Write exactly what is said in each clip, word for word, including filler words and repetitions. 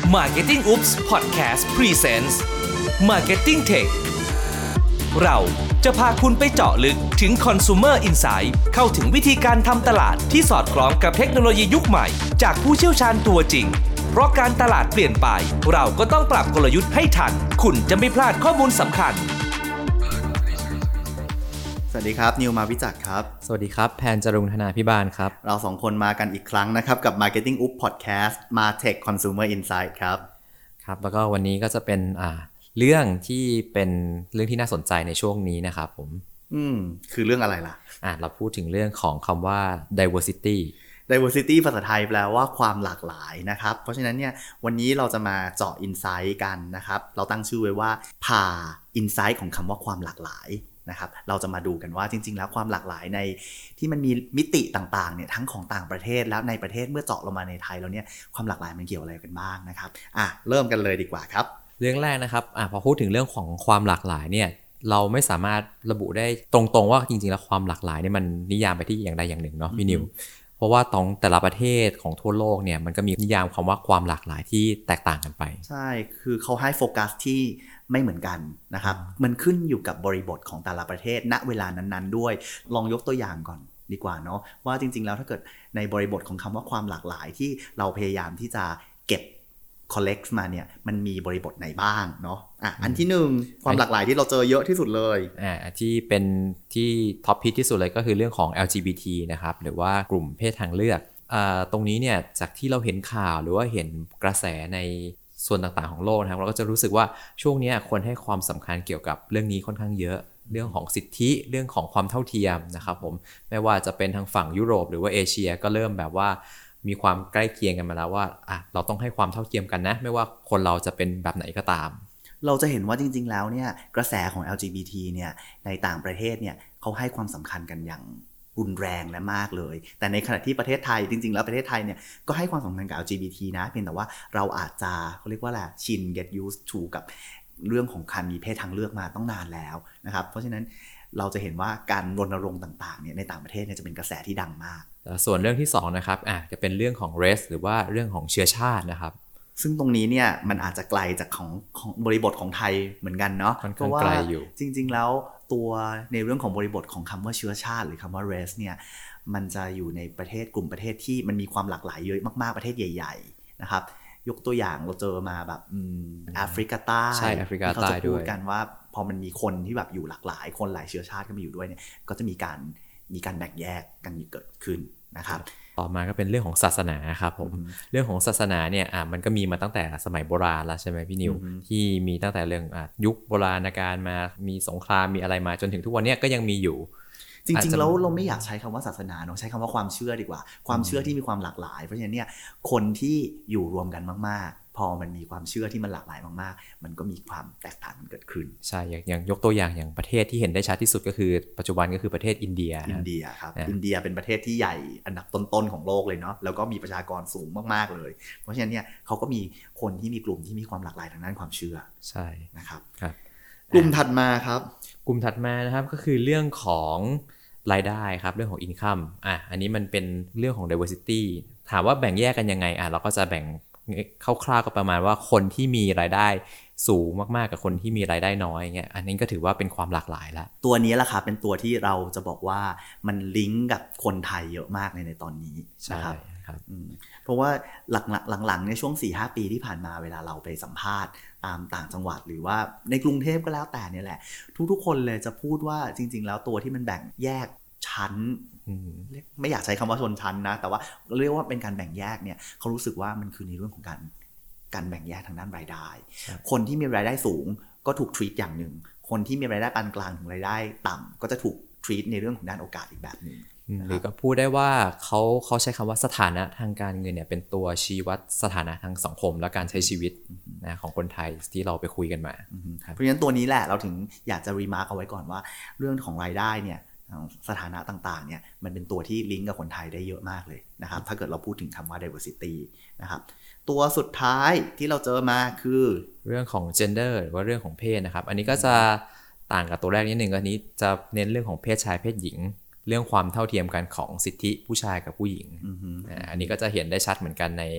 Marketing Oops Podcast Presents Marketing Tech เราจะพาคุณไปเจาะลึกถึง Consumer Insight เข้าถึงวิธีการทำตลาดที่สอดคล้องกับเทคโนโลยียุคใหม่จากผู้เชี่ยวชาญตัวจริงเพราะการตลาดเปลี่ยนไปเราก็ต้องปรับกลยุทธ์ให้ทันคุณจะไม่พลาดข้อมูลสำคัญสวัสดีครับนิวมาวิจักรครับสวัสดีครับแพนจรุงธนาภิบาลครับเราสองคนมากันอีกครั้งนะครับกับ Marketing Oops Podcast มา Tech Consumer Insight ครับครับแล้วก็วันนี้ก็จะเป็นอ่าเรื่องที่เป็นเรื่องที่น่าสนใจในช่วงนี้นะครับผมอืมคือเรื่องอะไรล่ะอ่าเราพูดถึงเรื่องของคำว่า diversity diversity ภาษาไทยแปลว่าความหลากหลายนะครับเพราะฉะนั้นเนี่ยวันนี้เราจะมาเจาะ insight กันนะครับเราตั้งชื่อไว้ว่าผ่า insight ของคำว่าความหลากหลายนะครับเราจะมาดูกันว่าจริงๆแล้วความหลากหลายในที่มันมีมิติต่างๆเนี่ยทั้งของต่างประเทศแล้วในประเทศเมื่อเจาะลงมาในไทยแล้วเนี่ยความหลากหลายมันเกี่ยวอะไรกันบ้างนะครับอ่ะเริ่มกันเลยดีกว่าครับเรื่องแรกนะครับอ่ะพอพูดถึงเรื่องของความหลากหลายเนี่ยเราไม่สามารถระบุได้ตรงๆว่าจริงๆแล้วความหลากหลายเนี่ยมันนิยามไปที่อย่างใดอย่างหนึ่งเนาะพี่นิวเพราะว่าตรงแต่ละประเทศของทั่วโลกเนี่ยมันก็มีนิยามคำว่าความหลากหลายที่แตกต่างกันไปใช่คือเขาให้โฟกัสที่ไม่เหมือนกันนะครับมันขึ้นอยู่กับบริบทของแต่ละประเทศณเวลานั้นๆด้วยลองยกตัวอย่างก่อนดีกว่าเนาะว่าจริงๆแล้วถ้าเกิดในบริบทของคำว่าความหลากหลายที่เราพยายามที่จะเก็บcollect มาเนี่ยมันมีบริบทไหนบ้างเนาะอ่ะอันที่หนึ่งความหลากหลายที่เราเจอเยอะที่สุดเลยอ่าที่เป็นที่ท็อปฮิตที่สุดเลยก็คือเรื่องของ แอล จี บี ที นะครับหรือว่ากลุ่มเพศทางเลือกอ่าตรงนี้เนี่ยจากที่เราเห็นข่าวหรือว่าเห็นกระแสในส่วนต่างๆของโลกนะครับเราก็จะรู้สึกว่าช่วงนี้คนให้ความสำคัญเกี่ยวกับเรื่องนี้ค่อนข้างเยอะเรื่องของสิทธิเรื่องของความเท่าเทียมนะครับผมไม่ว่าจะเป็นทางฝั่งยุโรปหรือว่าเอเชียก็เริ่มแบบว่ามีความใกล้เคียงกันมาแล้วว่าอ่ะเราต้องให้ความเท่าเทียมกันนะไม่ว่าคนเราจะเป็นแบบไหนก็ตามเราจะเห็นว่าจริงๆแล้วเนี่ยกระแสของ แอล จี บี ที เนี่ยในต่างประเทศเนี่ยเขาให้ความสำคัญกันอย่างรุนแรงและมากเลยแต่ในขณะที่ประเทศไทยจริงๆแล้วประเทศไทยเนี่ยก็ให้ความสำคัญกับ แอล จี บี ที นะเพียงแต่ว่าเราอาจจะเขาเรียกว่าอะไรชิน get used to กับเรื่องของการมีเพศทางเลือกมาต้องนานแล้วนะครับเพราะฉะนั้นเราจะเห็นว่าการรณรงค์ต่างๆเนี่ยในต่างประเทศเนี่ยจะเป็นกระแสที่ดังมากส่วนเรื่องที่สองนะครับอ่ะจะเป็นเรื่องของ race หรือว่าเรื่องของเชื้อชาตินะครับซึ่งตรงนี้เนี่ยมันอาจจะไกลจากของของบริบทของไทยเหมือนกันเนาะเพราะว่าจริงๆแล้วตัวในเรื่องของบริบทของคำว่าเชื้อชาติหรือคำว่า race เนี่ยมันจะอยู่ในประเทศกลุ่มประเทศที่มันมีความหลากหลายเยอะมากๆประเทศใหญ่ๆนะครับยกตัวอย่างเราเจอมาแบบแอฟริกาใต้ใช่แอฟริกาใต้ด้วยเขาจะพูดกันว่าพอมันมีคนที่แบบอยู่หลากหลายคนหลายเชื้อชาติก็มาอยู่ด้วยเนี่ยก็จะมีการมีการแบ่งแยกกันเกิดขึ้นนะครับต่อมาก็เป็นเรื่องของศาสนาครับผมเรื่องของศาสนาเนี่ยอ่ะมันก็มีมาตั้งแต่สมัยโบราณแล้วใช่ไหมพี่นิวที่มีตั้งแต่เรื่องอ่ะยุคโบราณกาลมามีสงครามมีอะไรมาจนถึงทุกวันนี้ก็ยังมีอยู่จริงๆแล้วเราไม่อยากใช้คำว่าศาสนาเนาะใช้คำว่าความเชื่อดีกว่าความเชื่อที่มีความหลากหลายเพราะฉะนั้นเนี่ยคนที่อยู่รวมกันมากๆพอมันมีความเชื่อที่มันหลากหลายมากๆมันก็มีความแตกต่างกันเกิดขึ้นใช่อย่างยกตัวอย่างอย่างประเทศที่เห็นได้ชัดที่สุดก็คือปัจจุบันก็คือประเทศอินเดียอินเดียครับอินเดียเป็นประเทศที่ใหญ่อันดับต้นๆของโลกเลยเนาะแล้วก็มีประชากรสูงมากๆเลยเพราะฉะนั้นเนี่ยเขาก็มีคนที่มีกลุ่มที่มีความหลากหลายทางด้านความเชื่อใช่นะครับครับกลุ่มถัดมาครับกลุ่มถัดมานะครับก็คือเรื่องของรายได้ครับเรื่องของ income อ่ะอันนี้มันเป็นเรื่องของ diversity ถามว่าแบ่งแยกกันยังไงอ่ะเราก็จะแบ่งคร่าวๆก็ประมาณว่าคนที่มีรายได้สูงมากๆกับคนที่มีรายได้น้อยเงี้ยอันนี้ก็ถือว่าเป็นความหลากหลายแล้วตัวนี้แหละครับเป็นตัวที่เราจะบอกว่ามันลิงก์กับคนไทยเยอะมากในในตอนนี้นะครับเพราะว่าหลังๆในช่วง สี่ห้า ปีที่ผ่านมาเวลาเราไปสัมภาษณ์ตามต่างจังหวัดหรือว่าในกรุงเทพก็แล้วแต่เนี่ยแหละทุกๆคนเลยจะพูดว่าจริงๆแล้วตัวที่มันแบ่งแยกชั้นไม่อยากใช้คำว่าชนชั้นนะแต่ว่าเรียกว่าเป็นการแบ่งแยกเนี่ยเขารู้สึกว่ามันคือในเรื่องของการการแบ่งแยกทางด้านรายได้คนที่มีรายได้สูงก็ถูก treat อย่างหนึ่งคนที่มีรายได้ปานกลางถึงรายได้ต่ำก็จะถูก treat ในเรื่องของด้านโอกาสอีกแบบนึงหรือก็พูดได้ว่าเขาเขาใช้คำว่าสถานะทางการเงินเนี่ยเป็นตัวชี้วัดสถานะทางสังคมและการใช้ชีวิตนะของคนไทยที่เราไปคุยกันมาเพราะฉะนั้นตัวนี้แหละเราถึงอยากจะรีมาร์คเอาไว้ก่อนว่าเรื่องของรายได้เนี่ยสถานะต่างๆเนี่ยมันเป็นตัวที่ลิงก์กับคนไทยได้เยอะมากเลยนะครับถ้าเกิดเราพูดถึงคำว่า diversity นะครับตัวสุดท้ายที่เราเจอมาคือเรื่องของ gender หรือว่าเรื่องของเพศนะครับอันนี้ก็จะต่างกับตัวแรกนิดนึงอันนี้จะเน้นเรื่องของเพศชายเพศหญิงเรื่องความเท่าเทียมกันของสิทธิผู้ชายกับผู้หญิง uh-huh. อันนี้ก็จะเห็นได้ชัดเหมือนกันใน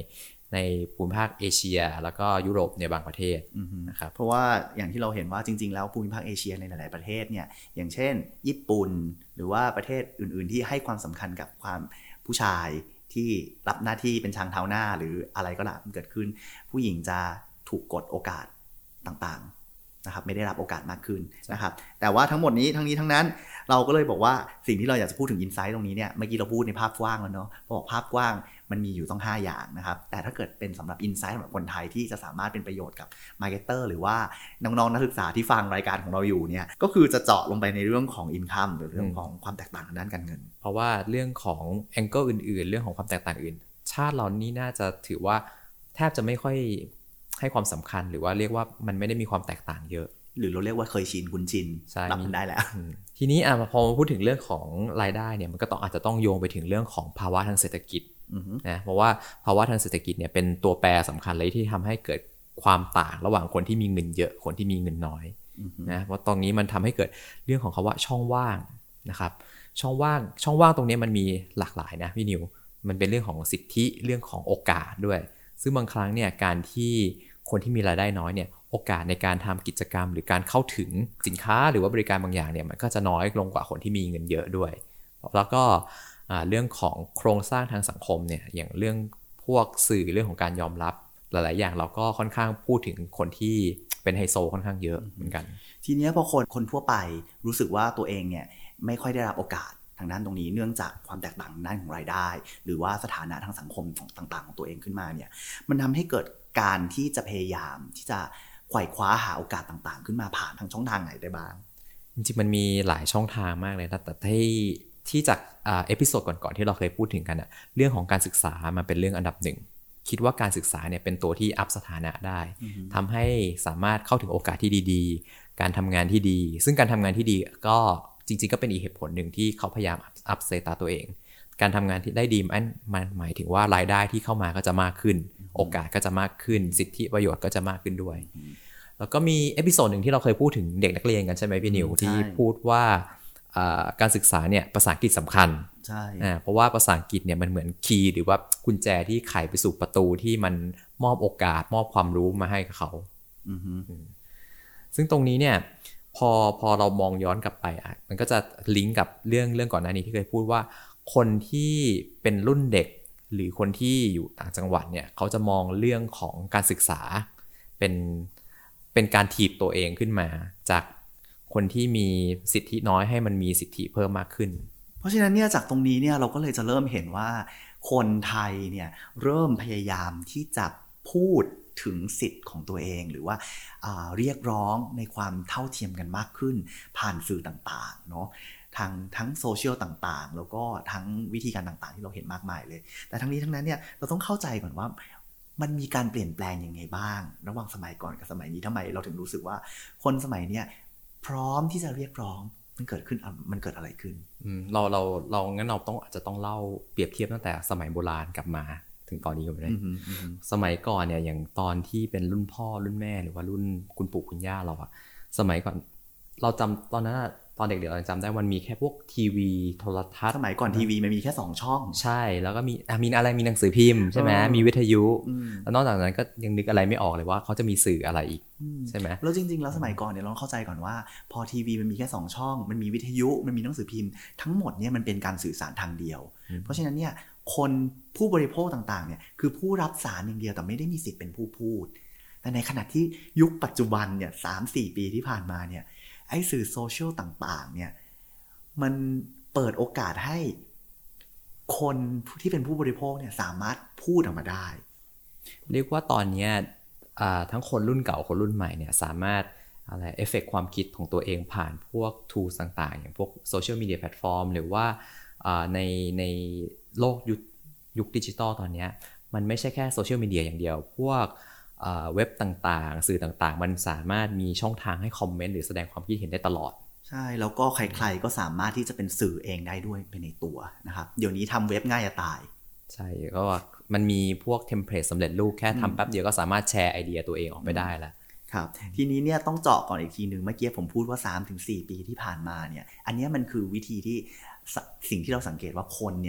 ในภูมิภาคเอเชียแล้วก็ยุโรปในบางประเทศนะครับเพราะว่าอย่างที่เราเห็นว่าจริงๆแล้วภูมิภาคเอเชียในหลายๆประเทศเนี่ยอย่างเช่นญี่ปุ่นหรือว่าประเทศอื่นๆที่ให้ความสำคัญกับความผู้ชายที่รับหน้าที่เป็นช้างเท้าหน้าหรืออะไรก็ตามเกิดขึ้นผู้หญิงจะถูกกดโอกาสต่างๆนะครับไม่ได้รับโอกาสมากขึ้นนะครับแต่ว่าทั้งหมดนี้ทั้งนี้ทั้งนั้นเราก็เลยบอกว่าสิ่งที่เราอยากจะพูดถึงอินไซต์ตรงนี้เนี่ยเมื่อกี้เราพูดในภาพกว้างแล้วเนาะบอกภาพกว้างมันมีอยู่ต้องห้าอย่างนะครับแต่ถ้าเกิดเป็นสำหรับอินไซต์สำหรับคนไทยที่จะสามารถเป็นประโยชน์กับมาร์เก็ตเตอร์หรือว่าน้องๆนักศึกษาที่ฟังรายการของเราอยู่เนี่ยก็คือจะเจาะลงไปในเรื่องของอินคัมหรือเรื่องของความแตกต่างทางด้านการเงินเพราะว่าเรื่องของแองเกิลอื่นๆเรื่องของความแตกต่างอื่นชาติเรานี่น่าจะถือว่าแทบจะไม่ค่อยให้ความสำคัญหรือว่าเรียกว่ามันไม่ได้มีความแตกต่างเยอะหรือเราเรียกว่าเคยชินคุ้นชินรับมันได้แล้วทีนี้อ่ะพอมาพูดถึงเรื่องของรายได้เนี่ยมันก็ต้องอาจจะต้องโยงไปถึงเรื่องของภาวะทางเศรษฐกิจนะเพราะว่าภาวะทางเศรษฐกิจเนี่ยเป็นตัวแปรสำคัญเลยที่ทำให้เกิดความต่างระหว่างคนที่มีเงินเยอะคนที่มีเงินน้อยนะเพราะตรงนี้มันทำให้เกิดเรื่องของคำว่าช่องว่างนะครับช่องว่างช่องว่างตรงนี้มันมีหลากหลายนะพี่นิวมันเป็นเรื่องของสิทธิเรื่องของโอกาสด้วยซึ่งบางครั้งเนี่ยการที่คนที่มีรายได้น้อยเนี่ยโอกาสในการทำกิจกรรมหรือการเข้าถึงสินค้าหรือว่าบริการบางอย่างเนี่ยมันก็จะน้อยลงกว่าคนที่มีเงินเยอะด้วยแล้วก็เรื่องของโครงสร้างทางสังคมเนี่ยอย่างเรื่องพวกสื่อเรื่องของการยอมรับหลายๆอย่างเราก็ค่อนข้างพูดถึงคนที่เป็นไฮโซค่อนข้างเยอะเหมือนกันทีนี้พอคนคนทั่วไปรู้สึกว่าตัวเองเนี่ยไม่ค่อยได้รับโอกาสทางด้านตรงนี้เนื่องจากความแตกต่างด้านของรายได้หรือว่าสถานะทางสังคมต่างๆของตัวเองขึ้นมาเนี่ยมันทำให้เกิดการที่จะพยายามที่จะไขว่คว้าหาโอกาสต่างๆขึ้นมาผ่านทางช่องทางไหนได้บ้างจริงๆมันมีหลายช่องทางมากเลยนะแต่ที่ที่จากอ่าเอพิโซดก่อนๆที่เราเคยพูดถึงกันอะเรื่องของการศึกษามันเป็นเรื่องอันดับหนึ่งคิดว่าการศึกษาเนี่ยเป็นตัวที่อัพสถานะได้ mm-hmm. ทำให้สามารถเข้าถึงโอกาสที่ดีๆการทำงานที่ดีซึ่งการทำงานที่ดีก็จริงๆก็เป็นอีกเหตุผลหนึ่งที่เขาพยายามอัพสเตตัสตัวเองการทำงานที่ได้ดีมันมันหมายถึงว่ารายได้ที่เข้ามาก็จะมากขึ้น mm-hmm. โอกาสก็จะมากขึ้นสิทธิประโยชน์ก็จะมากขึ้นด้วย mm-hmm. แล้วก็มีเอพิโซดหนึ่งที่เราเคยพูดถึงเด็กนักเรียนกันใช่ไหมพี่นิว mm-hmm. ที่พูดว่าการศึกษาเนี่ยภาษาอังกฤษสำคัญใช่เพราะว่าภาษาอังกฤษเนี่ยมันเหมือนคีย์หรือว่ากุญแจที่ไขไปสู่ประตูที่มันมอบโอกาสมอบความรู้มาให้กับเขา mm-hmm. ซึ่งตรงนี้เนี่ยพอพอเรามองย้อนกลับไปอ่ะมันก็จะลิงก์กับเรื่องเรื่องก่อนหน้านี้ที่เคยพูดว่าคนที่เป็นรุ่นเด็กหรือคนที่อยู่ต่างจังหวัดเนี่ยเขาจะมองเรื่องของการศึกษาเป็นเป็นการถีบตัวเองขึ้นมาจากคนที่มีสิทธิน้อยให้มันมีสิทธิเพิ่มมากขึ้นเพราะฉะนั้นเนี่ยจากตรงนี้เนี่ยเราก็เลยจะเริ่มเห็นว่าคนไทยเนี่ยเริ่มพยายามที่จะพูดถึงสิทธิ์ของตัวเองหรือว่าเรียกร้องในความเท่าเทียมกันมากขึ้นผ่านสื่อต่างๆเนาะทางทั้งโซเชียลต่างๆแล้วก็ทั้งวิธีการต่างๆที่เราเห็นมากมายเลยแต่ทั้งนี้ทั้งนั้นเนี่ยเราต้องเข้าใจก่อนว่ามันมีการเปลี่ยนแปลงยังไงบ้างระหว่างสมัยก่อนกับสมัยนี้ทำไมเราถึงรู้สึกว่าคนสมัยเนี้ยพร้อมที่จะเรียกร้องมันเกิดขึ้นมันเกิดอะไรขึ้นเราเราเรางั้นเราต้องอาจจะต้องเล่าเปรียบเทียบตั้งแต่สมัยโบราณกลับมาถึงตอนนี้กันเลยสมัยก่อนเนี่ยอย่างตอนที่เป็นรุ่นพ่อรุ่นแม่หรือว่ารุ่นคุณปู่คุณย่าเราอะสมัยก่อนเราจำตอนนั้นตอนเด็กๆเราจำได้มันมีแค่พวกทีวีโทรทัศน์สมัยก่อนทีวีมันมีแค่สองช่องใช่แล้วก็มีมีอะไรมีหนังสือพิมพ์ใช่ไหมมีวิทยุแล้วนอกจากนั้นก็ยังนึกอะไรไม่ออกเลยว่าเขาจะมีสื่ออะไรอีกใช่ไหมแล้วจริงๆแล้วสมัยก่อนเนี่ยเราเข้าใจก่อนว่าพอทีวีมันมีแค่สองช่องมันมีวิทยุมันมีหนังสือพิมพ์ทั้งหมดเนี่ยมันเป็นการสื่อสารทางเดียวเพราะฉะนั้นเนี่ยคนผู้บริโภคต่างๆเนี่ยคือผู้รับสารอย่างเดียวแต่ไม่ได้มีสิทธิ์เป็นผู้พูดแต่ในขณะที่ยุคปัจจุบันเนี่ย สามถึงสี่ ปีที่ผ่านมาเนี่ยไอ้สื่อโซเชียลต่างๆเนี่ยมันเปิดโอกาสให้คนที่เป็นผู้บริโภคเนี่ยสามารถพูดออกมาได้เรียกว่าตอนนี้ทั้งคนรุ่นเก่าคนรุ่นใหม่เนี่ยสามารถอะไรเอฟเฟกต์ความคิดของตัวเองผ่านพวก tools ต่างๆอย่างพวกโซเชียลมีเดียแพลตฟอร์มหรือว่าในในโลกยุคยุคดิจิตอลตอนนี้มันไม่ใช่แค่โซเชียลมีเดียอย่างเดียวพวกเว็บต่างๆสื่อต่างๆมันสามารถมีช่องทางให้คอมเมนต์หรือแสดงความคิดเห็นได้ตลอดใช่แล้วก็ใครๆก็สามารถที่จะเป็นสื่อเองได้ด้วยไปในตัวนะครับเดี๋ยวนี้ทำเว็บง่ายจะตายใช่ก็มันมีพวกเทมเพลตสำเร็จรูปแค่ทำแป๊บเดียวก็สามารถแชร์ไอเดียตัวเองออกไปได้แล้วครับทีนี้เนี่ยต้องเจาะก่อนอีกทีนึงเมื่อกี้ผมพูดว่า สามถึงสี่ ปีที่ผ่านมาเนี่ยอันนี้มันคือวิธีที่สิ่งที่เราสังเกตว่าคนเนี่ยพ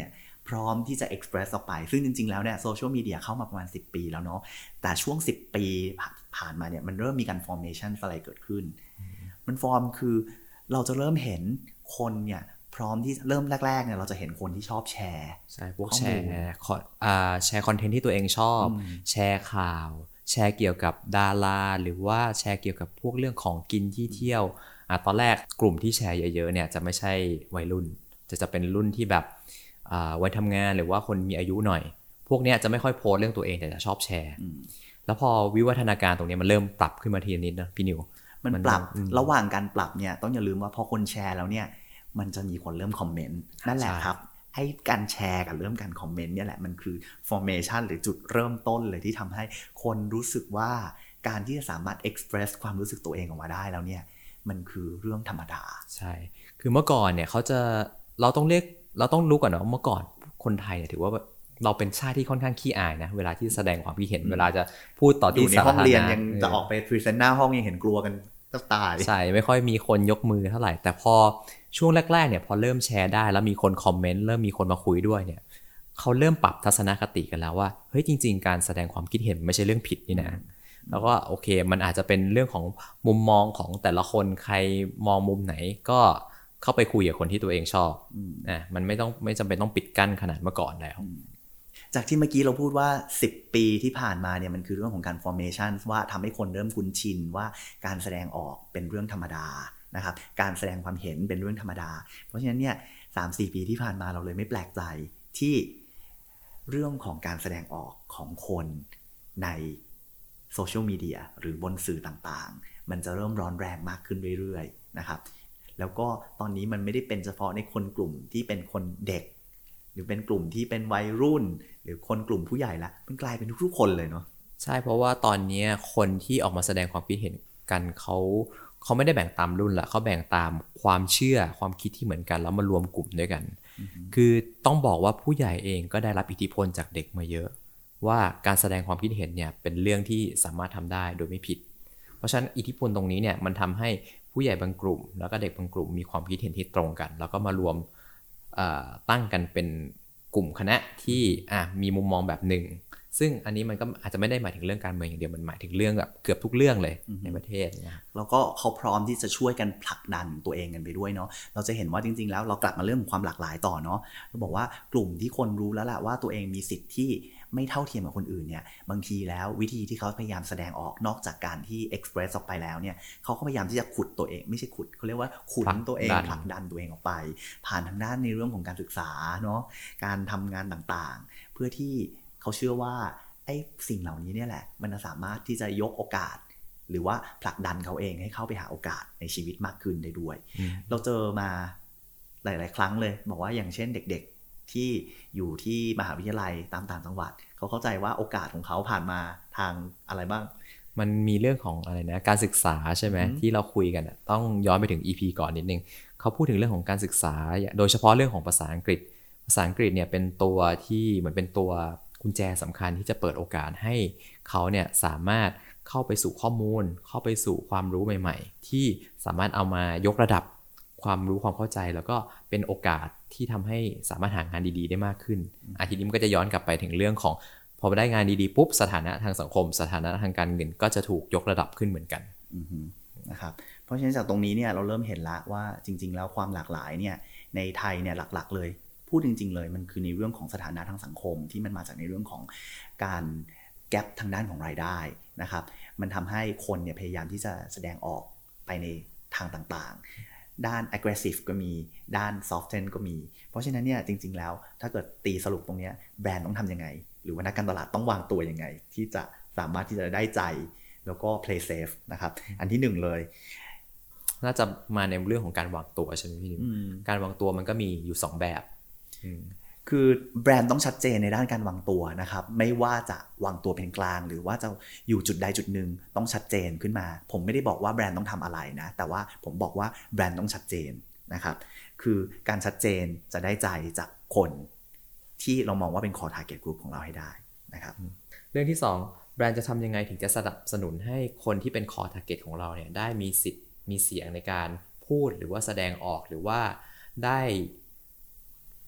พร้อมที่จะ express ออกไปซึ่งจริงๆแล้วเนี่ยโซเชียลมีเดียเข้ามาประมาณสิบปีแล้วเนาะแต่ช่วงสิบปีผ่านมาเนี่ยมันเริ่มมีการ formation อะไรเกิดขึ้นมันฟอร์มคือเราจะเริ่มเห็นคนเนี่ยพร้อมที่เริ่มแรกๆเนี่ยเราจะเห็นคนที่ชอบแชร์ใช่พวกแชร์อ่าแชร์คอนเทนต์ที่ตัวเองชอบแชร์ข่าวแชร์เกี่ยวกับดาราหรือว่าแชร์เกี่ยวกับพวกเรื่องของกินที่เที่ยวอ่ะตอนแรกกลุ่มที่แชร์เยอะๆเนี่ยจะไม่ใช่วัยรุ่นจะจะเป็นรุ่นที่แบบอ่าวัยทำงานหรือว่าคนมีอายุหน่อยพวกเนี้ยจะไม่ค่อยโพสเรื่องตัวเองแต่จะชอบแชร์แล้วพอวิวัฒนาการตรงนี้มันเริ่มปรับขึ้นมาทีนิดนะพี่นิวมันปรับระหว่างการปรับเนี่ยต้องอย่าลืมว่าพอคนแชร์แล้วเนี่ยมันจะมีคนเริ่มคอมเมนต์นั่นแหละครับไอ้การแชร์กับเริ่มการคอมเมนต์เนี่ยแหละมันคือ formation หรือจุดเริ่มต้นเลยที่ทำให้คนรู้สึกว่าการที่จะสามารถ express ความรู้สึกตัวเองออกมาได้แล้วเนี่ยมันคือเรื่องธรรมดาใช่คือเมื่อก่อนเนี่ยเขาจะเราต้องเรียกเราต้องรู้ก่อนนะเมื่อก่อนคนไทยเนี่ยถือว่าเราเป็นชาติที่ค่อนข้างขี้อายนะเวลาที่แสดงความคิดเห็นเวลาจะพูดต่อที่สาธารณะอยู่ในห้องเรียนยังจะออกไปพรีเซนต์หน้าห้องยังเห็นกลัวกันก็ตายใช่ไม่ค่อยมีคนยกมือเท่าไหร่แต่พอช่วงแรกๆเนี่ยพอเริ่มแชร์ได้แล้วมีคนคอมเมนต์เริ่มมีคนมาคุยด้วยเนี่ยเขาเริ่มปรับทัศนคติกันแล้วว่าเฮ้ยจริงๆการแสดงความคิดเห็นไม่ใช่เรื่องผิดนี่นะแล้วก็โอเคมันอาจจะเป็นเรื่องของมุมมองของแต่ละคนใครมองมุมไหนก็เข้าไปคุยกับคนที่ตัวเองชอบอ่ะมันไม่ต้องไม่จำเป็นต้องปิดกั้นขนาดเมื่อก่อนแล้วจากที่เมื่อกี้เราพูดว่าสิบปีที่ผ่านมาเนี่ยมันคือเรื่องของการ formation ว่าทำให้คนเริ่มคุ้นชินว่าการแสดงออกเป็นเรื่องธรรมดานะครับการแสดงความเห็นเป็นเรื่องธรรมดาเพราะฉะนั้นเนี่ย สามถึงสี่ ปีที่ผ่านมาเราเลยไม่แปลกใจที่เรื่องของการแสดงออกของคนในโซเชียลมีเดียหรือบนสื่อต่างๆมันจะเริ่มร้อนแรงมากขึ้นเรื่อยๆนะครับแล้วก็ตอนนี้มันไม่ได้เป็นเฉพาะในคนกลุ่มที่เป็นคนเด็กหรือเป็นกลุ่มที่เป็นวัยรุ่นหรือคนกลุ่มผู้ใหญ่ละมันกลายเป็นทุกๆคนเลยเนาะใช่เพราะว่าตอนนี้คนที่ออกมาแสดงความคิดเห็นกันเขาเขาไม่ได้แบ่งตามรุ่นละเขาแบ่งตามความเชื่อความคิดที่เหมือนกันแล้วมารวมกลุ่มด้วยกัน mm-hmm. คือต้องบอกว่าผู้ใหญ่เองก็ได้รับอิทธิพลจากเด็กมาเยอะว่าการแสดงความคิดเห็นเนี่ยเป็นเรื่องที่สามารถทำได้โดยไม่ผิดเพราะฉะนั้นอิทธิพลตรงนี้เนี่ยมันทำให้ผู้ใหญ่บางกลุ่มแล้วก็เด็กบางกลุ่มมีความคิดเห็นที่ตรงกันแล้วก็มารวมตั้งกันเป็นกลุ่มคณะที่มีมุมมองแบบหนึ่งซึ่งอันนี้มันก็อาจจะไม่ได้หมายถึงเรื่องการเมืองอย่างเดียวมันหมายถึงเรื่องแบบเกือบทุกเรื่องเลย mm-hmm. ในประเทศนะแล้วก็เขาพร้อมที่จะช่วยกันผลักดันตัวเองกันไปด้วยเนาะเราจะเห็นว่าจริงๆแล้วเรากลับมาเรื่องของความหลากหลายต่อเนาะเราบอกว่ากลุ่มที่คนรู้แล้วแหละว่าตัวเองมีสิทธิ์ที่ไม่เท่าเทียมกับคนอื่นเนี่ยบางทีแล้ววิธีที่เขาพยายามแสดงออกนอกจากการที่ express ออกไปแล้วเนี่ยเขาก็พยายามที่จะขุดตัวเองไม่ใช่ขุดเขาเรียกว่าขุนตัวเองผลักดันตัวเองออกไปผ่านทางด้านในเรื่องของการศึกษาเนาะการทำงานต่างๆเพื่อที่เขาเชื่อว่าไอ้สิ่งเหล่านี้เนี่ยแหละมันสามารถที่จะยกโอกาสหรือว่าผลักดันเขาเองให้เข้าไปหาโอกาสในชีวิตมากขึ้นได้ด้วยเราเจอมาหลายๆครั้งเลยบอกว่าอย่างเช่นเด็กๆที่อยู่ที่มหาวิทยาลัยตามต่างจังหวัดเขาเข้าใจว่าโอกาสของเขาผ่านมาทางอะไรบ้างมันมีเรื่องของอะไรนะการศึกษาใช่ไหมที่เราคุยกันต้องย้อนไปถึง อี พี ก่อนนิดนึงเขาพูดถึงเรื่องของการศึกษาโดยเฉพาะเรื่องของภาษาอังกฤษภาษาอังกฤษเนี่ยเป็นตัวที่เหมือนเป็นตัวกุญแจสำคัญที่จะเปิดโอกาสให้เขาเนี่ยสามารถเข้าไปสู่ข้อมูลเข้าไปสู่ความรู้ใหม่ๆที่สามารถเอามายกระดับความรู้ความเข้าใจแล้วก็เป็นโอกาสที่ทำให้สามารถหางานดีๆได้มากขึ้นอาทิตย์นี้มันก็จะย้อนกลับไปถึงเรื่องของพอได้งานดีๆปุ๊บสถานะทางสังคมสถานะทางการเงินก็จะถูกยกระดับขึ้นเหมือนกันนะครับเพราะฉะนั้นจากตรงนี้เนี่ยเราเริ่มเห็นแล้วว่าจริงๆแล้วความหลากหลายเนี่ยในไทยเนี่ยหลักๆเลยพูดจริงๆเลยมันคือในเรื่องของสถานะทางสังคมที่มันมาจากในเรื่องของการแกปทางด้านของรายได้นะครับมันทำให้คนเนี่ยพยายามที่จะแสดงออกไปในทางต่างๆด้าน aggressive ก็มีด้าน soften ก็มีเพราะฉะนั้นเนี่ยจริงๆแล้วถ้าเกิดตีสรุปตรงนี้แบรนด์ต้องทำยังไงหรือว่านักการตลาดต้องวางตัวยังไงที่จะสามารถที่จะได้ใจแล้วก็ play safe นะครับอันที่หนึ่งเลยน่าจะมาในเรื่องของการวางตัวใช่ไหมพี่นิวการวางตัวมันก็มีอยู่สองแบบคือแบรนด์ต้องชัดเจนในด้านการวางตัวนะครับไม่ว่าจะวางตัวเป็นกลางหรือว่าจะอยู่จุดใดจุดหนึ่งต้องชัดเจนขึ้นมาผมไม่ได้บอกว่าแบรนด์ต้องทำอะไรนะแต่ว่าผมบอกว่าแบรนด์ต้องชัดเจนนะครับคือการชัดเจนจะได้ใจจากคนที่เรามองว่าเป็น core target group ของเราให้ได้นะครับเรื่องที่สองแบรนด์จะทำยังไงถึงจะสนับสนุนให้คนที่เป็น core target ของเราเนี่ยได้มีสิทธิ์มีเสียงในการพูดหรือว่าแสดงออกหรือว่าได้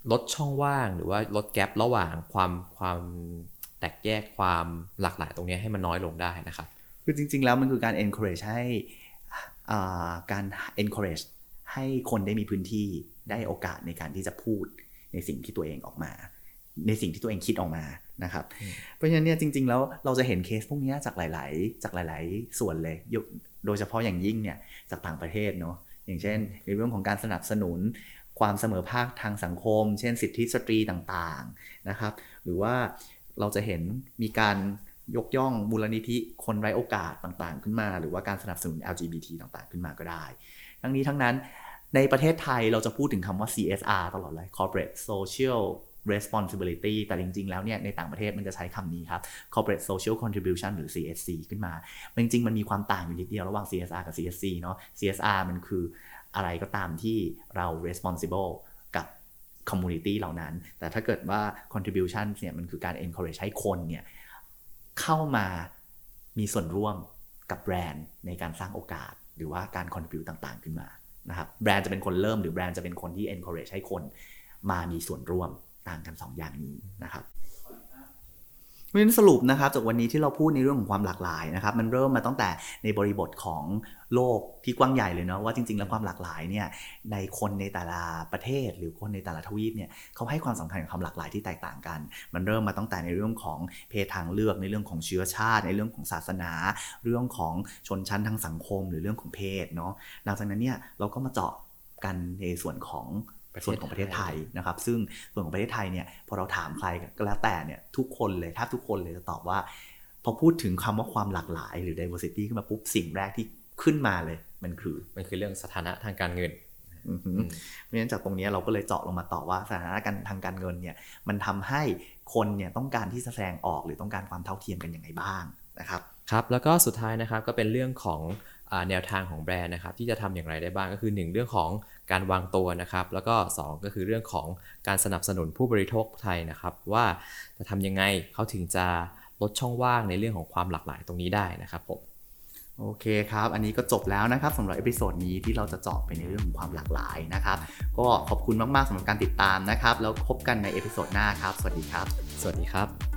ลดช่องว่างหรือว่าลดแกประหว่างความความแตกแยกความหลากหลายตรงนี้ให้มันน้อยลงได้นะครับคือจริงๆแล้วมันคือการ encourage ให้การ encourage ให้คนได้มีพื้นที่ได้โอกาสในการที่จะพูดในสิ่งที่ตัวเองออกมาในสิ่งที่ตัวเองคิดออกมานะครับเพราะฉะนั้นเนี่ยจริงๆแล้วเราจะเห็นเคสพวกนี้จากหลายๆจากหลายๆส่วนเลยโดยเฉพาะอย่างยิ่งเนี่ยจากต่างประเทศเนาะอย่างเช่นในเรื่องของการสนับสนุนความเสมอภาคทางสังคมเช่นสิทธิสตรีต่างๆนะครับหรือว่าเราจะเห็นมีการยกย่องมูลนิธิคนไร้โอกาสต่างๆขึ้นมาหรือว่าการสนับสนุน แอล จี บี ที ต่างๆขึ้นมาก็ได้ทั้งนี้ทั้งนั้นในประเทศไทยเราจะพูดถึงคำว่า ซี เอส อาร์ ตลอดเลย Corporate Social Responsibility แต่จริงๆแล้วเนี่ยในต่างประเทศมันจะใช้คำนี้ครับ Corporate Social Contribution หรือ ซี เอส ซี ขึ้นมาจริงๆมันมีความต่างอยู่นิดเดียวระหว่าง ซี เอส อาร์ กับ ซี เอส ซี เนาะ ซี เอส อาร์ มันคืออะไรก็ตามที่เรา responsible กับ community เหล่านั้นแต่ถ้าเกิดว่า contribution เนี่ยมันคือการ encourage ให้คนเนี่ยเข้ามามีส่วนร่วมกับแบรนด์ในการสร้างโอกาสหรือว่าการ contribute ต่างๆขึ้นมานะครับแบรนด์จะเป็นคนเริ่มหรือแบรนด์จะเป็นคนที่ encourage ให้คนมามีส่วนร่วมต่างกันสองอย่างนี้นะครับเพราะฉะนั้นสรุปนะครับจากวันนี้ที่เราพูดในเรื่องของความหลากหลายนะครับมันเริ่มมาตั้งแต่ในบริบทของโลกที่กว้างใหญ่เลยเนาะว่าจริงๆแล้วความหลากหลายเนี่ยในคนในแต่ละประเทศหรือคนในแต่ละทวีปเนี่ยเขาให้ความสำคัญกับความหลากหลายที่แตกต่างกันมันเริ่มมาตั้งแต่ในเรื่องของเพศทางเลือกในเรื่องของเชื้อชาติในเรื่องของศาสนาเรื่องของชนชั้นทางสังคมหรือเรื่องของเพศเนาะหลังจากนั้นเนี่ยเราก็มาเจาะกันในส่วนของส่วนของประเทศไทยนะครับซึ่งส่วนของประเทศไทยเนี่ยพอเราถามใครก็แล้วแต่เนี่ยทุกคนเลยแทบทุกคนเลยจะตอบว่าพอพูดถึงคำว่าความหลากหลายหรือ diversity ขึ้นมาปุ๊บสิ่งแรกที่ขึ้นมาเลยมันคือมันคือเรื่องสถานะทางการเงินเพราะฉะนั้นจากตรงนี้เราก็เลยเจาะลงมาต่อว่าสถานะการทางการเงินเนี่ยมันทำให้คนเนี่ยต้องการที่จะแสดงออกหรือต้องการความเท่าเทียมกันยังไงบ้างนะครับครับแล้วก็สุดท้ายนะครับก็เป็นเรื่องของแนวทางของแบรนด์นะครับที่จะทำอย่างไรได้บ้างก็คือหนึ่งเรื่องของการวางตัวนะครับแล้วก็สองก็คือเรื่องของการสนับสนุนผู้บริโภคไทยนะครับว่าจะทำยังไงเขาถึงจะลดช่องว่างในเรื่องของความหลากหลายตรงนี้ได้นะครับผมโอเคครับอันนี้ก็จบแล้วนะครับสำหรับเอพิโซดนี้ที่เราจะเจาะไปในเรื่องของความหลากหลายนะครับก็ขอบคุณมากๆสำหรับการติดตามนะครับแล้วพบกันในเอพิโซดหน้าครับสวัสดีครับสวัสดีครับ